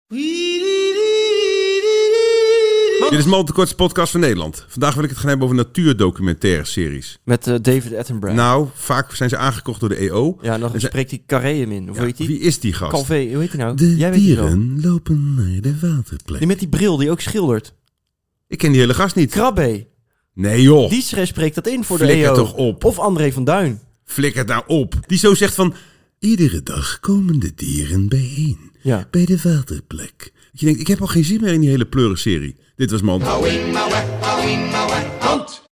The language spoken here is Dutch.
Dit is Malte, de kortste podcast van Nederland. Vandaag wil ik het gaan hebben over natuurdocumentaire series. Met David Attenborough. Nou, vaak zijn ze aangekocht door de EO. Ja, dan spreekt hij Carré hem in. Hoe heet die? Wie is die gast? Calvé, hoe heet hij nou? De Jij weet dieren lopen naar de waterplek. die met die bril die ook schildert. Ik ken die hele gast niet. Krabbe. Nee joh. Die spreekt dat in voor Flikker de EO. toch op. Of André van Duin. Flikker nou op. Die zo zegt van... Iedere dag komen de dieren bijeen. Ja. Bij de waterplek. Dat je denkt, ik heb al geen zin meer in die hele pleurenserie. Dit was Malte.